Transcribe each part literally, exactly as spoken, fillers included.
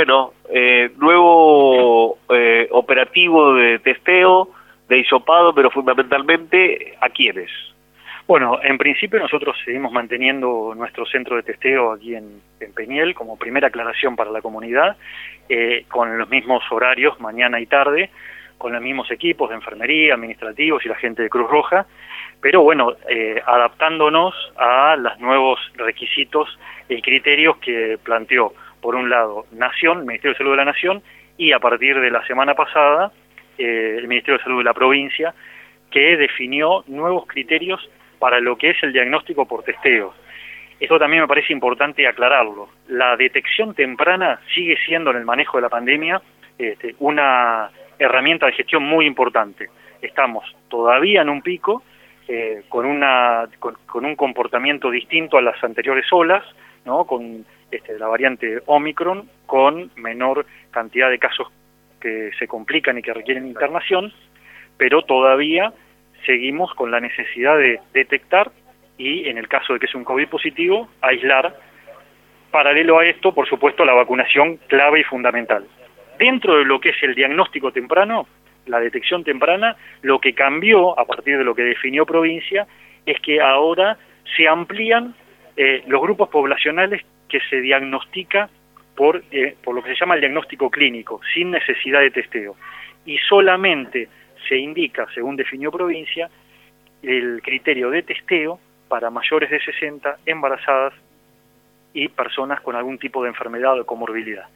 Bueno, eh, nuevo eh, operativo de testeo, de hisopado, pero fundamentalmente, ¿a quiénes? Bueno, en principio nosotros seguimos manteniendo nuestro centro de testeo aquí en, en Peñiel como primera aclaración para la comunidad, eh, con los mismos horarios, mañana y tarde, con los mismos equipos de enfermería, administrativos y la gente de Cruz Roja, pero bueno, eh, adaptándonos a los nuevos requisitos y criterios que planteó, por un lado, Nación, el Ministerio de Salud de la Nación, y a partir de la semana pasada, eh, el Ministerio de Salud de la provincia, que definió nuevos criterios para lo que es el diagnóstico por testeo. Esto también me parece importante aclararlo. La detección temprana sigue siendo en el manejo de la pandemia este, una herramienta de gestión muy importante. Estamos todavía en un pico, eh, con, una, con, con un comportamiento distinto a las anteriores olas, ¿no? Con este, la variante Omicron, con menor cantidad de casos que se complican y que requieren internación, pero todavía seguimos con la necesidad de detectar y, en el caso de que sea un COVID positivo, aislar. Paralelo a esto, por supuesto, la vacunación clave y fundamental. Dentro de lo que es el diagnóstico temprano, la detección temprana, lo que cambió a partir de lo que definió provincia es que ahora se amplían eh, los grupos poblacionales que se diagnostica por, eh, por lo que se llama el diagnóstico clínico, sin necesidad de testeo. Y solamente se indica, según definió provincia, el criterio de testeo para mayores de sesenta, embarazadas y personas con algún tipo de enfermedad o comorbilidad.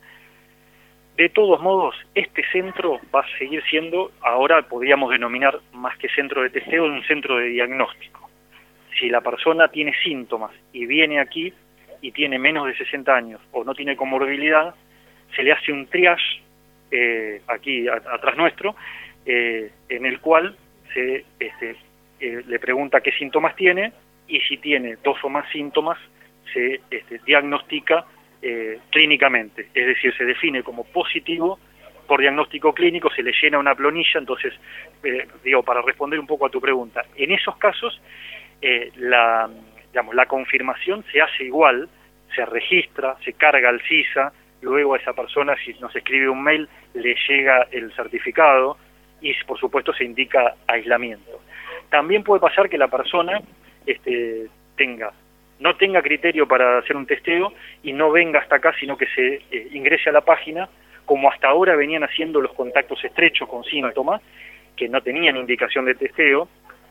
De todos modos, este centro va a seguir siendo, ahora podríamos denominar más que centro de testeo, un centro de diagnóstico. Si la persona tiene síntomas y viene aquí y tiene menos de sesenta años o no tiene comorbilidad, se le hace un triage eh, aquí a, atrás nuestro, eh, en el cual se este, eh, le pregunta qué síntomas tiene, y si tiene dos o más síntomas se este, diagnostica eh, clínicamente, es decir, se define como positivo por diagnóstico clínico, se le llena una planilla. Entonces, eh, digo, para responder un poco a tu pregunta, en esos casos eh, la, digamos, la confirmación se hace igual, se registra, se carga al CISA, luego a esa persona, si nos escribe un mail, le llega el certificado y, por supuesto, se indica aislamiento. También puede pasar que la persona este, tenga no tenga criterio para hacer un testeo y no venga hasta acá, sino que se eh, ingrese a la página, como hasta ahora venían haciendo los contactos estrechos con síntomas, que no tenían indicación de testeo,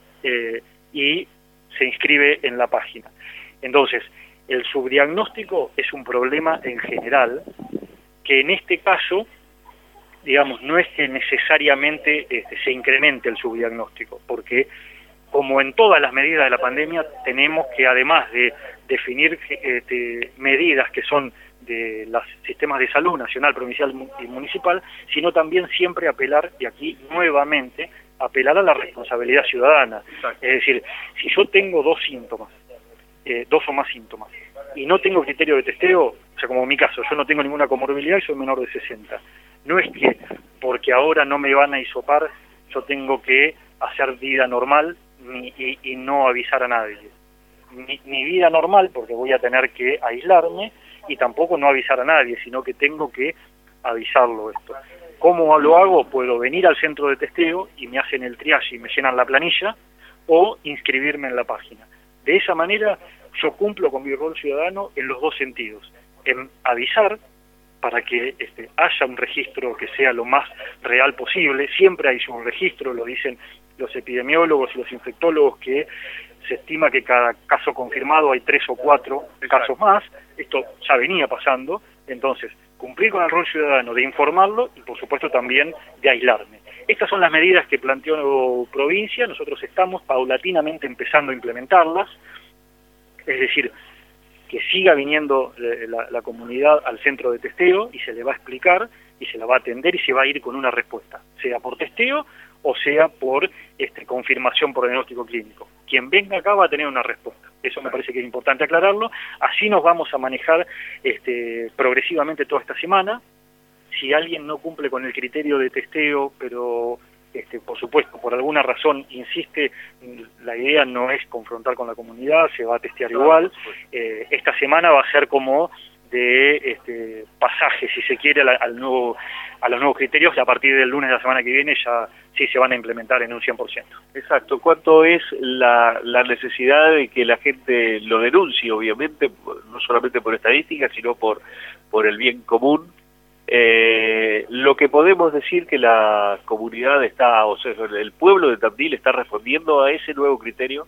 eh, y se inscribe en la página. Entonces, el subdiagnóstico es un problema en general, que en este caso, digamos, no es que necesariamente este, se incremente el subdiagnóstico, porque como en todas las medidas de la pandemia, tenemos que, además de definir este, medidas que son de los sistemas de salud nacional, provincial y municipal, sino también siempre apelar, y aquí nuevamente, apelar a la responsabilidad ciudadana. Exacto. Es decir, si yo tengo dos síntomas, eh, dos o más síntomas, y no tengo criterio de testeo, o sea, como en mi caso, yo no tengo ninguna comorbilidad y soy menor de sesenta, no es que porque ahora no me van a hisopar, yo tengo que hacer vida normal, Ni, y, y no avisar a nadie. Mi, mi vida normal, porque voy a tener que aislarme, y tampoco no avisar a nadie, sino que tengo que avisarlo esto. ¿Cómo lo hago? Puedo venir al centro de testeo y me hacen el triage y me llenan la planilla, o inscribirme en la página. De esa manera yo cumplo con mi rol ciudadano en los dos sentidos, en avisar para que este, haya un registro que sea lo más real posible. Siempre hay un registro, lo dicen los epidemiólogos y los infectólogos, que se estima que cada caso confirmado hay tres o cuatro casos más. Esto ya venía pasando. Entonces, cumplir con el rol ciudadano de informarlo y, por supuesto, también de aislarme. Estas son las medidas que planteó provincia. Nosotros estamos paulatinamente empezando a implementarlas, es decir, que siga viniendo la, la comunidad al centro de testeo y se le va a explicar y se la va a atender y se va a ir con una respuesta, sea por testeo o sea por este, confirmación por diagnóstico clínico. Quien venga acá va a tener una respuesta. Eso me parece que es importante aclararlo. Así nos vamos a manejar este, progresivamente toda esta semana. Si alguien no cumple con el criterio de testeo, pero este, por supuesto, por alguna razón insiste, la idea no es confrontar con la comunidad, se va a testear igual. Eh, esta semana va a ser como de este, pasaje, si se quiere, al, al nuevo, a los nuevos criterios, y a partir del lunes de la semana que viene ya sí se van a implementar en un cien por ciento. Exacto. ¿Cuánto es la, la necesidad de que la gente lo denuncie, obviamente, no solamente por estadísticas, sino por, por el bien común? Eh, lo que podemos decir que la comunidad está, o sea, el pueblo de Tandil está respondiendo a ese nuevo criterio.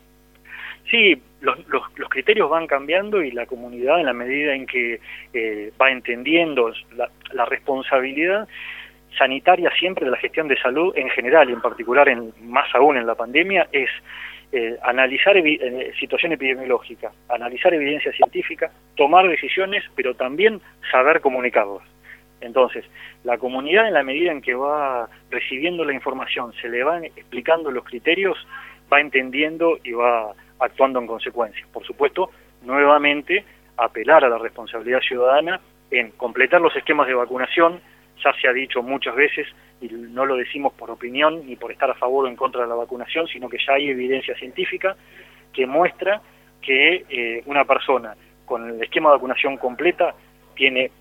Sí, los, los, los criterios van cambiando y la comunidad, en la medida en que eh, va entendiendo la, la responsabilidad sanitaria siempre de la gestión de salud en general y en particular, en, más aún en la pandemia, es eh, analizar eh, situación epidemiológica, analizar evidencia científica, tomar decisiones, pero también saber comunicarlas. Entonces, la comunidad, en la medida en que va recibiendo la información, se le van explicando los criterios, va entendiendo y va actuando en consecuencia. Por supuesto, nuevamente, apelar a la responsabilidad ciudadana en completar los esquemas de vacunación. Ya se ha dicho muchas veces, y no lo decimos por opinión ni por estar a favor o en contra de la vacunación, sino que ya hay evidencia científica que muestra que eh, una persona con el esquema de vacunación completa tiene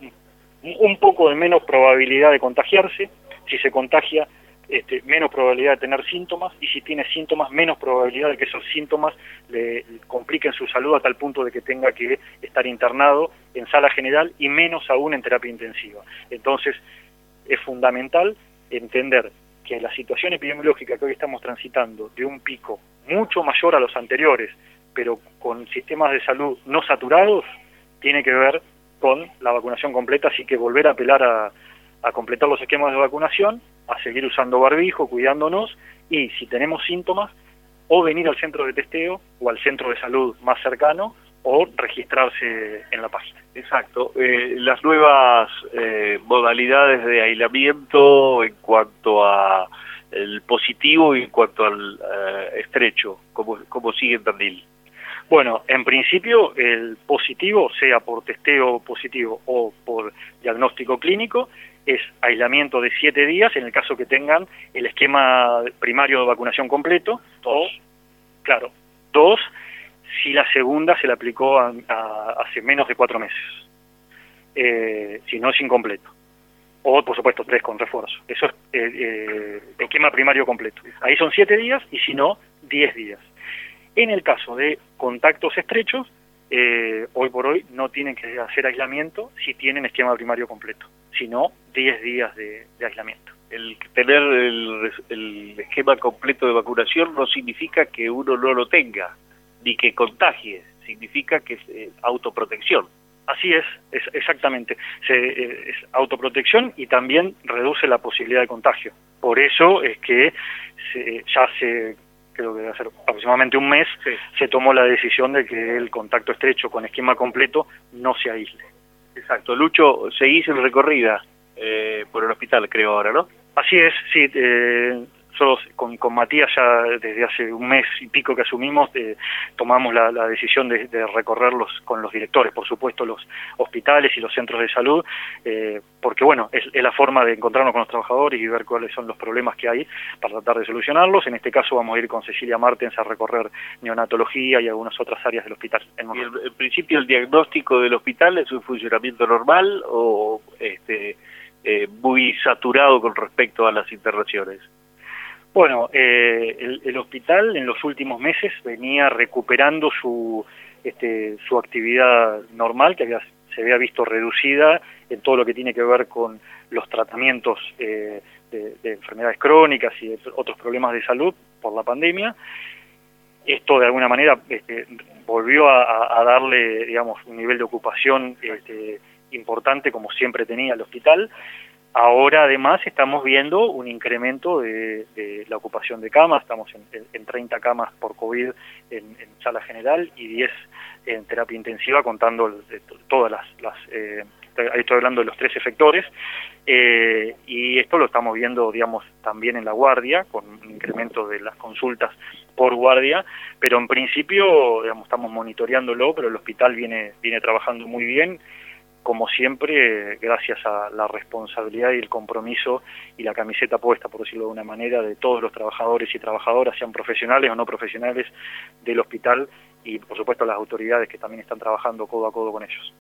un poco de menos probabilidad de contagiarse. Si se contagia, Este, menos probabilidad de tener síntomas, y si tiene síntomas, menos probabilidad de que esos síntomas le compliquen su salud a tal punto de que tenga que estar internado en sala general y menos aún en terapia intensiva. Entonces, es fundamental entender que la situación epidemiológica que hoy estamos transitando, de un pico mucho mayor a los anteriores, pero con sistemas de salud no saturados, tiene que ver con la vacunación completa, así que volver a apelar a, a completar los esquemas de vacunación, a seguir usando barbijo, cuidándonos, y si tenemos síntomas, o venir al centro de testeo o al centro de salud más cercano, o registrarse en la página. Exacto. Eh, las nuevas eh, modalidades de aislamiento en cuanto a el positivo y en cuanto al eh, estrecho, ¿cómo, cómo sigue en Tandil? Bueno, en principio el positivo, sea por testeo positivo o por diagnóstico clínico, es aislamiento de siete días en el caso que tengan el esquema primario de vacunación completo, o, claro, dos, si la segunda se la aplicó a, a, hace menos de cuatro meses, eh, si no es incompleto. O, por supuesto, tres con refuerzo. Eso es eh, eh, esquema primario completo. Ahí son siete días y si no, diez días. En el caso de contactos estrechos, eh, hoy por hoy no tienen que hacer aislamiento si tienen esquema primario completo, sino diez días de, de aislamiento. El tener el, el esquema completo de vacunación no significa que uno no lo tenga, ni que contagie, significa que es eh, autoprotección. Así es, es exactamente. Se, eh, es autoprotección y también reduce la posibilidad de contagio. Por eso es que se, ya se... creo que debe ser aproximadamente un mes, sí, se tomó la decisión de que el contacto estrecho con esquema completo no se aísle. Exacto. Lucho, seguís en recorrida eh, por el hospital, creo ahora, ¿no? Así es, sí. Eh, nosotros con, con Matías ya desde hace un mes y pico que asumimos, eh, tomamos la, la decisión de, de recorrerlos con los directores, por supuesto, los hospitales y los centros de salud, eh, porque bueno, es, es la forma de encontrarnos con los trabajadores y ver cuáles son los problemas que hay para tratar de solucionarlos. En este caso vamos a ir con Cecilia Martens a recorrer neonatología y algunas otras áreas del hospital. En, ¿Y el, en principio el diagnóstico del hospital es un funcionamiento normal o este, eh, muy saturado con respecto a las internaciones? Bueno, eh, el, el hospital en los últimos meses venía recuperando su este, su actividad normal, que había, se había visto reducida en todo lo que tiene que ver con los tratamientos eh, de, de enfermedades crónicas y de otros problemas de salud por la pandemia. Esto de alguna manera este, volvió a, a darle, digamos, un nivel de ocupación este, importante como siempre tenía el hospital. Ahora, además, estamos viendo un incremento de, de la ocupación de camas. Estamos en, en treinta camas por COVID en, en sala general y diez en terapia intensiva, contando de, todas las... las eh, ahí estoy hablando de los tres efectores. Eh, y esto lo estamos viendo, digamos, también en la guardia, con un incremento de las consultas por guardia. Pero en principio, digamos, estamos monitoreándolo, pero el hospital viene, viene trabajando muy bien, como siempre, gracias a la responsabilidad y el compromiso y la camiseta puesta, por decirlo de una manera, de todos los trabajadores y trabajadoras, sean profesionales o no profesionales del hospital, y por supuesto las autoridades que también están trabajando codo a codo con ellos.